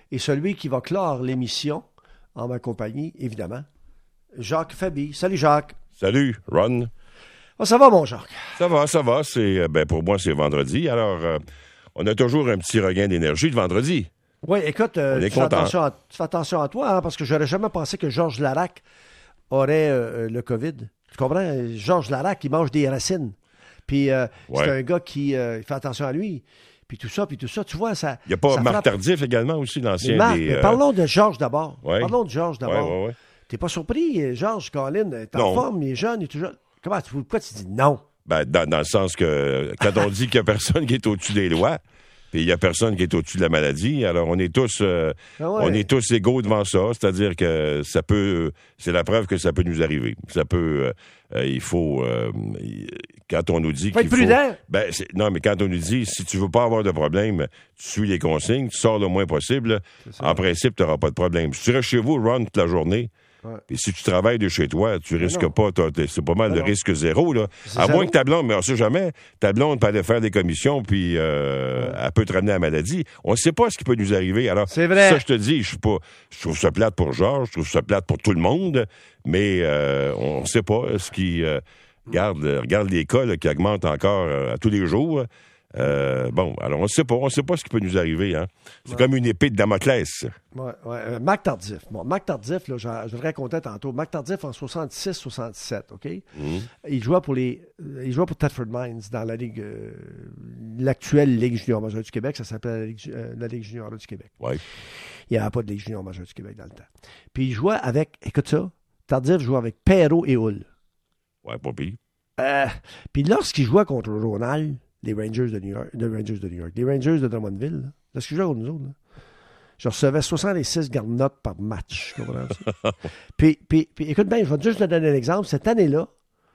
Et celui qui va clore l'émission, en ma compagnie, évidemment, Jacques Fabi. Salut, Jacques. Salut, Ron. Oh, ça va, mon Jacques? Ça va. Pour moi, c'est vendredi. Alors, on a toujours un petit regain d'énergie le vendredi. Oui, écoute, tu fais attention à toi, hein, parce que j'aurais jamais pensé que Georges Larac aurait le COVID. Tu comprends? Georges Larac, il mange des racines. Puis c'est un gars qui fait attention à lui. Puis tout ça, tu vois, ça... Il n'y a pas Marc Tardif également aussi, l'ancien mais parlons de Georges d'abord. Ouais. Parlons de Georges d'abord. Ouais. T'es pas surpris, Georges, Colin, est en forme, il est jeune, il est tout jeune. Pourquoi tu dis non? Dans le sens que quand on dit qu'il n'y a personne qui est au-dessus des lois, puis il n'y a personne qui est au-dessus de la maladie, alors on est tous on est tous égaux devant ça, c'est-à-dire que ça peut, c'est la preuve que ça peut nous arriver. Ça peut, il faut, quand on nous dit qu'il faut... prudent. Non, mais quand on nous dit, si tu veux pas avoir de problème, tu suis les consignes, tu sors le moins possible, en principe, tu n'auras pas de problème. Si tu restes chez vous, Ron, toute la journée, puis si tu travailles de chez toi, tu risques pas, c'est pas mal de risque zéro, là. À moins que ta blonde, mais on sait jamais, ta blonde peut aller faire des commissions, puis elle peut te ramener à la maladie. On ne sait pas ce qui peut nous arriver. Alors, c'est vrai. Ça, je te dis, je trouve ça plate pour Georges, je trouve ça plate pour tout le monde, mais on ne sait pas ce qui... regarde les cas là, qui augmentent encore à tous les jours. Alors on ne sait pas ce qui peut nous arriver. Hein. C'est comme une épée de Damoclès. Ouais. Marc Tardif. Bon, Marc Tardif, là, je le racontais tantôt. Marc Tardif en 66-67, OK? Il jouait pour Thetford Mines dans la Ligue, l'actuelle Ligue junior majeure du Québec. Ça s'appelle la Ligue junior du Québec. Ouais. Il n'y avait pas de Ligue junior majeure du Québec dans le temps. Puis il jouait avec, écoute ça, Tardif jouait avec Perrault et Hull. Ouais, pas pire. Puis lorsqu'il jouait contre Ronald, les Rangers de New York, les Rangers de Drummondville, là, lorsqu'ils jouaient contre nous autres, là, je recevais 66 garde-notes par match. Comprends ça? puis, écoute bien, je vais juste te donner un exemple. Cette année-là,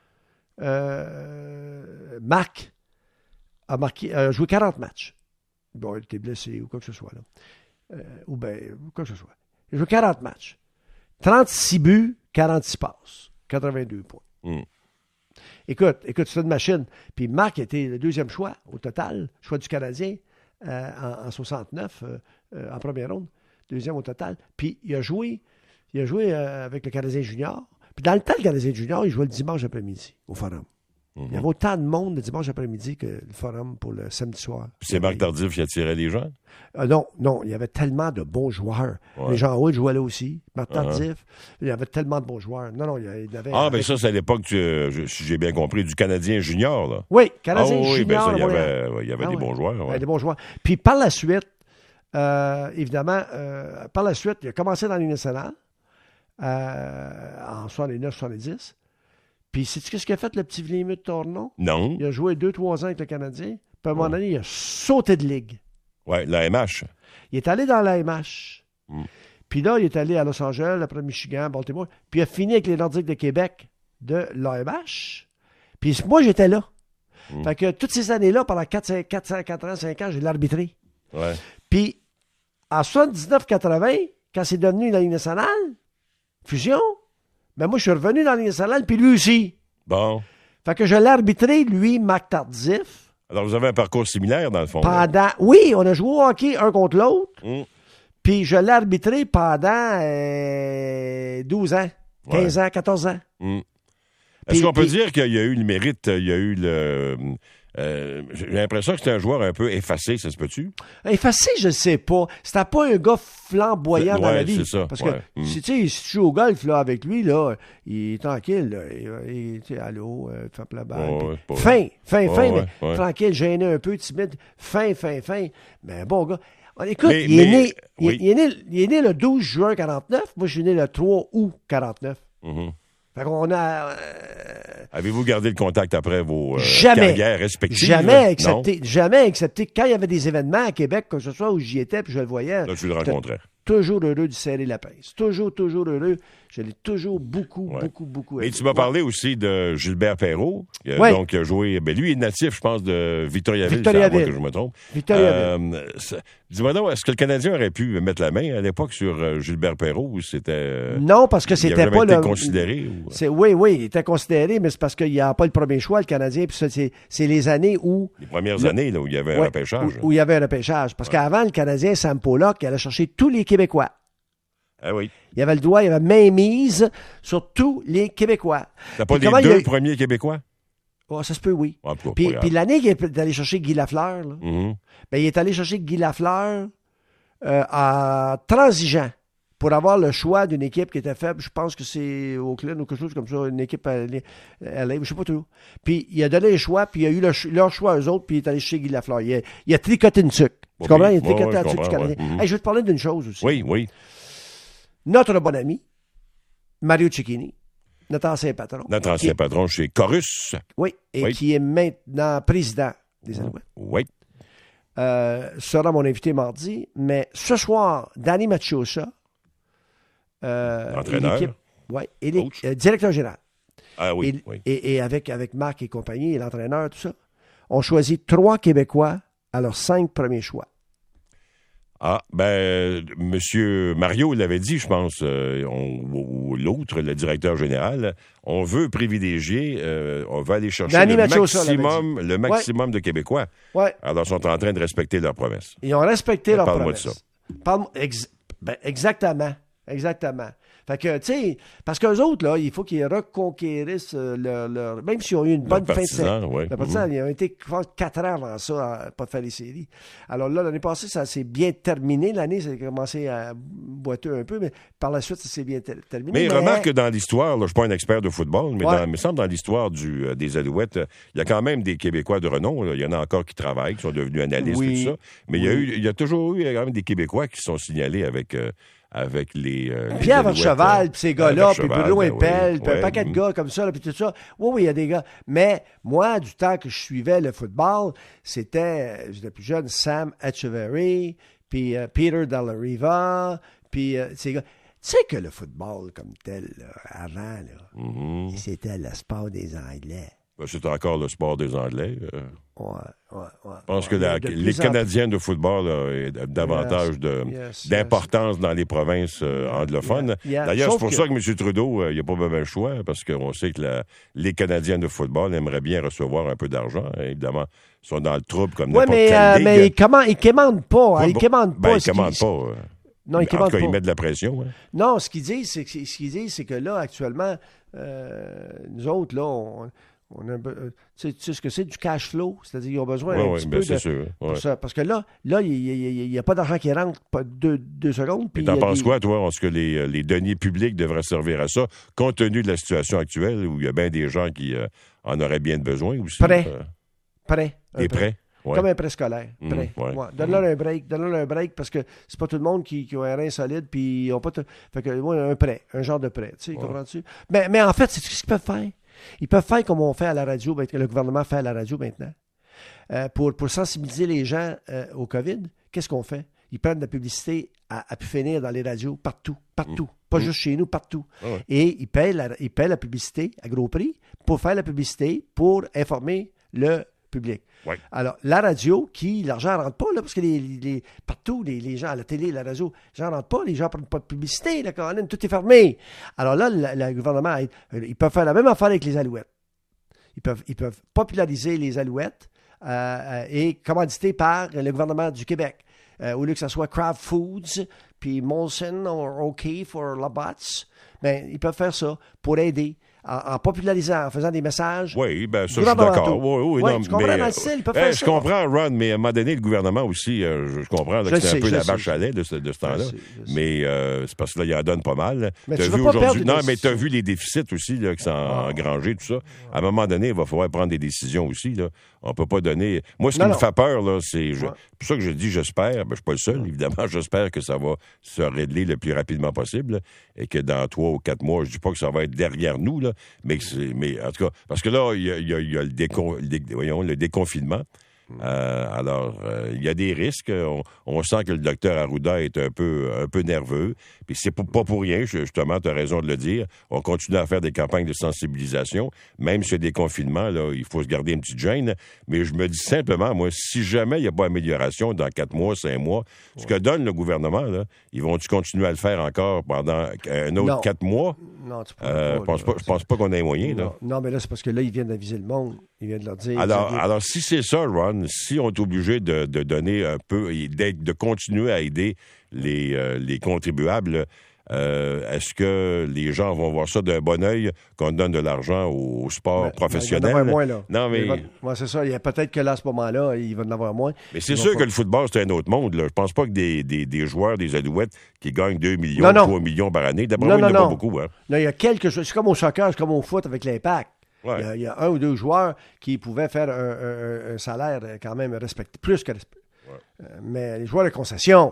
Marc a joué 40 matchs. Bon, il était blessé ou quoi que ce soit. Là. Quoi que ce soit. Il a joué 40 matchs. 36 buts, 46 passes. 82 points. Écoute, c'est une machine. Puis Marc était le deuxième choix au total, choix du Canadien en 69, en première ronde, deuxième au total. Puis il a joué avec le Canadien junior. Puis dans le temps, le Canadien junior, il jouait le dimanche après-midi au Forum. Il y avait autant de monde le dimanche après-midi que le Forum pour le samedi soir. Puis c'est Marc Tardif qui attirait les gens? Non, il y avait tellement de bons joueurs. Les gens Wood jouaient là aussi. Marc Tardif, il y avait tellement de bons joueurs. Non, il y avait... Ben ça, c'est à l'époque, si j'ai bien compris, du Canadien junior, là. Oui, Canadien junior. Il y avait des bons joueurs. Il y avait des bons joueurs. Puis par la suite, évidemment, il a commencé dans la Ligue nationale en 69-70. Puis, sais-tu ce qu'a fait le petit Vlimut de Tournon? Non. Il a joué 2-3 ans avec le Canadien. Puis, à un moment donné, il a sauté de ligue. Oui, la MH. Il est allé dans la MH. Puis là, il est allé à Los Angeles, après Michigan, Baltimore. Puis, il a fini avec les Nordiques de Québec de l'AMH. Puis, moi, j'étais là. Fait que toutes ces années-là, pendant 4 ans, 5 ans, j'ai l'arbitré. Ouais. Puis, en 79-80, quand c'est devenu la Ligue nationale, fusion... Ben moi, je suis revenu dans la Ligue nationale, puis lui aussi. Bon. Fait que je l'ai arbitré, lui, Marc Tardif. Alors, vous avez un parcours similaire, dans le fond. Oui, on a joué au hockey un contre l'autre. Puis je l'ai arbitré pendant 12 ans, 15 ans, 14 ans. Est-ce qu'on peut dire qu'il y a eu le mérite, il y a eu le... j'ai l'impression que c'était un joueur un peu effacé, ça se peut-tu? Effacé, je ne sais pas. C'était pas un gars flamboyant dans la vie. C'est ça. Parce que si tu joues au golf là, avec lui, là, il est tranquille. Là. Il allô, frappe la balle. Fin, mais tranquille, gêné un peu, timide. Fin. Mais bon gars. Écoute, il est né le 12 juin 49. Moi, je suis né le 3 août 49. Fait qu'on a... Avez-vous gardé le contact après vos carrières respectives? Jamais excepté quand il y avait des événements à Québec, que ce soit où j'y étais, puis je le voyais. Là, tu le rencontrais. Toujours heureux de serrer la pince. Toujours heureux. Je l'ai toujours beaucoup aimé. Et tu m'as parlé aussi de Gilbert Perrault, donc qui a joué... lui, il est natif, je pense, de Victoriaville. Victoriaville. Que je me trompe. Victoriaville. Dis-moi donc, est-ce que le Canadien aurait pu mettre la main à l'époque sur Gilbert Perreault ou c'était... non, parce que c'était pas été considéré? Oui, il était considéré, mais c'est parce qu'il n'y a pas le premier choix, le Canadien. Puis ça, c'est les années où... Les premières années là, où il y avait un repêchage. Où il y avait un repêchage. Parce qu'avant, le Canadien, Sam Pollock, il allait chercher tous les Québécois. Ah oui. Il avait le droit, il avait main mise sur tous les Québécois. T'as pas les deux premiers Québécois? Oh, ça se peut, oui. Ah, Puis l'année qu'il est allé chercher Guy Lafleur, là, ben, il est allé chercher Guy Lafleur à transigeant pour avoir le choix d'une équipe qui était faible. Je pense que c'est Oakland ou quelque chose comme ça, une équipe à LA, je sais pas trop. Puis il a donné le choix, puis il a eu leur choix eux autres, puis il est allé chercher Guy Lafleur. Il a tricoté une sucre. Tu comprends? Il a tricoté la sucre du Canadien. Hey, je vais te parler d'une chose aussi. Oui. Notre bon ami, Mario Cecchini, notre ancien patron. Notre ancien patron chez Corus. Oui, et qui est maintenant président des Alouettes. Oui. Sera mon invité mardi. Mais ce soir, Danny Machocha, entraîneur. Directeur général. Ah oui. Et avec Marc et compagnie, et l'entraîneur, tout ça, ont choisi 3 Québécois à leurs 5 premiers choix. Ah, M. Mario l'avait dit, je pense, ou l'autre, le directeur général, on veut privilégier, on va aller chercher le maximum de Québécois. Ouais. Alors, ils sont en train de respecter leur promesse. Ils ont respecté leur promesse. Parle-moi de ça. Exactement. Fait que, tu sais, parce qu'eux autres, là, il faut qu'ils reconquérissent leur... Même s'ils ont eu une bonne fin de saison. Ouais. Ils ont été 4 ans avant ça à pas faire les séries. Alors là, l'année passée, ça s'est bien terminé. L'année, ça a commencé à boiteux un peu, mais par la suite, ça s'est bien terminé. Mais remarque que dans l'histoire, là, je ne suis pas un expert de football, mais il me semble dans l'histoire des Alouettes, il y a quand même des Québécois de renom. Là. Il y en a encore qui travaillent, qui sont devenus analystes et tout ça. Mais il y a toujours eu quand même des Québécois qui se sont signalés avec les Pierre Vercheval, puis ces gars-là, puis Bruno Impel, puis un paquet de gars comme ça, puis tout ça. Oui, il y a des gars. Mais moi, du temps que je suivais le football, j'étais plus jeune, Sam Etcheverry, puis Peter Dallariva, puis ces gars. Tu sais que le football comme tel, là, avant, là, c'était le sport des Anglais. C'est encore le sport des Anglais. Ouais. Je pense que les Canadiens de football ont davantage d'importance dans les provinces anglophones. D'ailleurs, c'est pour ça que M. Trudeau, il n'a pas besoin de choix, parce qu'on sait que les Canadiens de football aimeraient bien recevoir un peu d'argent. Évidemment, ils sont dans le trouble comme n'importe quelle ligue. Mais ils ne commandent pas. Ils ne commandent pas. Ils ne commandent pas. Non, en tout cas, ils mettent de la pression. Hein. Non, ce qu'ils disent, c'est que là, actuellement, nous autres, là, on a tu sais ce que c'est du cash flow, c'est-à-dire qu'ils ont besoin un petit peu de sûr, pour ça, parce que là il n'y a pas d'argent qui rentre pas deux secondes. Puis t'en penses quoi, toi? Est-ce que les deniers publics devraient servir à ça, compte tenu de la situation actuelle où il y a bien des gens qui en auraient bien besoin aussi? Prêt. Des prêts? Ouais. Comme un prêt-scolaire. Donne-leur un break, parce que c'est pas tout le monde qui a un rein solide, puis ils ont pas fait que un prêt, un genre de prêt, tu sais, comprends-tu? Mais en fait, c'est ce qu'ils peuvent faire. Ils peuvent faire comme on fait à la radio, le gouvernement fait à la radio maintenant. Pour sensibiliser les gens au COVID, qu'est-ce qu'on fait? Ils prennent de la publicité à pu finir dans les radios, partout. Pas juste chez nous, partout. Et ils payent la publicité à gros prix pour faire la publicité, pour informer le public. Ouais. Alors, la radio, l'argent ne rentre pas, là, parce que partout, les gens à la télé, la radio, les gens ne rentrent pas, les gens ne prennent pas de publicité, la Caroline, tout est fermé. Alors là, le gouvernement, ils peuvent faire la même affaire avec les Alouettes. Ils peuvent populariser les Alouettes et commanditer par le gouvernement du Québec. Au lieu que ce soit Kraft Foods, puis Molson ou O'Keeffe ou Labatt's, ils peuvent faire ça pour aider. En popularisant, en faisant des messages. Oui, ça, je suis d'accord. Oui, non, tu comprends dans le style, ils peuvent faire ça. Je comprends, Ron, mais à un moment donné, le gouvernement aussi, je comprends que c'est un peu la vache à lait de ce temps-là. Mais c'est parce que là, il en donne pas mal. Mais tu veux pas perdre non, mais tu as vu les déficits aussi là, qui sont engrangés, tout ça. À un moment donné, il va falloir prendre des décisions aussi. Là. On peut pas donner... Moi, ce qui me fait peur, là, c'est... C'est pour ça que je dis j'espère. Je suis pas le seul, évidemment. J'espère que ça va se régler le plus rapidement possible là, et que dans 3 ou 4 mois, je dis pas que ça va être derrière nous, là, mais en tout cas, parce que là, il y a le déconfinement. Alors, il y a des risques. On sent que le docteur Arruda est un peu nerveux. Puis c'est pas pour rien, justement, tu as raison de le dire. On continue à faire des campagnes de sensibilisation. Même s'il y a des confinements, là, il faut se garder une petite gêne. Mais je me dis simplement, moi, si jamais il n'y a pas d'amélioration dans 4 mois, 5 mois, ce que donne le gouvernement, là, ils vont-tu continuer à le faire encore pendant un autre 4 mois? Non, tu peux pas. Je pense pas qu'on ait moyen. Non. Là. Non, mais là, c'est parce que là, ils viennent d'aviser le monde. Ils viennent de leur dire... Alors si c'est ça, Ron, si on est obligé de donner un peu, de continuer à aider les contribuables, est-ce que les gens vont voir ça d'un bon œil qu'on donne de l'argent au sport professionnel? Il va en avoir moins, là. Non, mais... c'est ça. Il y a peut-être que là, à ce moment-là, il va en avoir moins. Mais c'est sûr que le football, c'est un autre monde. Là. Je pense pas que des joueurs, des Alouettes, qui gagnent 2 millions, 3 millions par année, d'après moi, il n'y en a pas beaucoup. Hein? Non, il y a quelques joueurs. C'est comme au soccer, c'est comme au foot avec l'Impact. Ouais. Il y a 1 ou 2 joueurs qui pouvaient faire un salaire quand même respecté, plus que respecté. Ouais. Mais les joueurs de concession,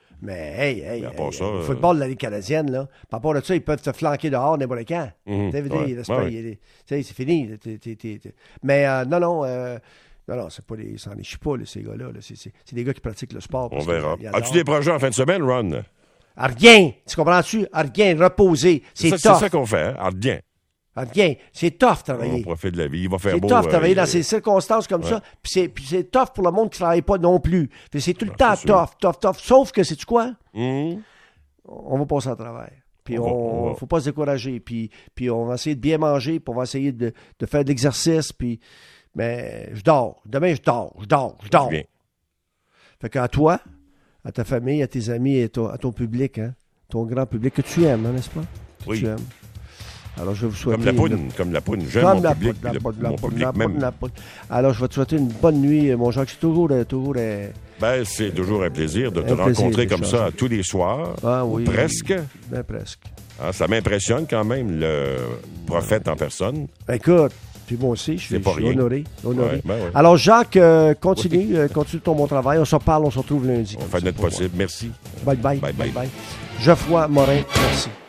le football de la Ligue canadienne, là, par rapport à ça, ils peuvent te flanquer dehors n'importe quand. C'est fini. Mais non, c'est pas ça n'en échouent pas, ces gars-là. Là. C'est des gars qui pratiquent le sport. On verra. As-tu des projets en fin de semaine, Ron? Rien. Tu comprends-tu? Rien. Reposer. C'est ça qu'on fait, hein? Rien. Rien. C'est tough travailler. On profite de la vie. Il va faire beau. C'est tough travailler dans ces circonstances comme ça. Puis c'est tough pour le monde qui ne travaille pas non plus. Puis c'est tout le temps tough. Sauf que, sais-tu quoi? On va passer à travers. Puis faut pas se décourager. Puis on va essayer de bien manger. Puis on va essayer de faire de l'exercice. Mais je dors. Demain, je dors. Bien. Fait qu'à toi, à ta famille, à tes amis et à ton public, hein, ton grand public que tu aimes, hein, n'est-ce pas? Oui. Tu aimes. Alors, je vais vous souhaiter... Comme la poudre. J'aime mon public. Mon public même. Alors, je vais te souhaiter une bonne nuit, mon Jacques. C'est toujours... c'est toujours un plaisir de te rencontrer comme ça tous les soirs. Ah oui. Presque. Ben, presque. Ah, ça m'impressionne quand même, le prophète en personne. Écoute, puis moi aussi, je suis honoré. Ouais. Alors, Jacques, continue ton bon travail. On se reparle, on se retrouve lundi. On fait notre possible. Merci. Bye. Geoffroy Morin, merci.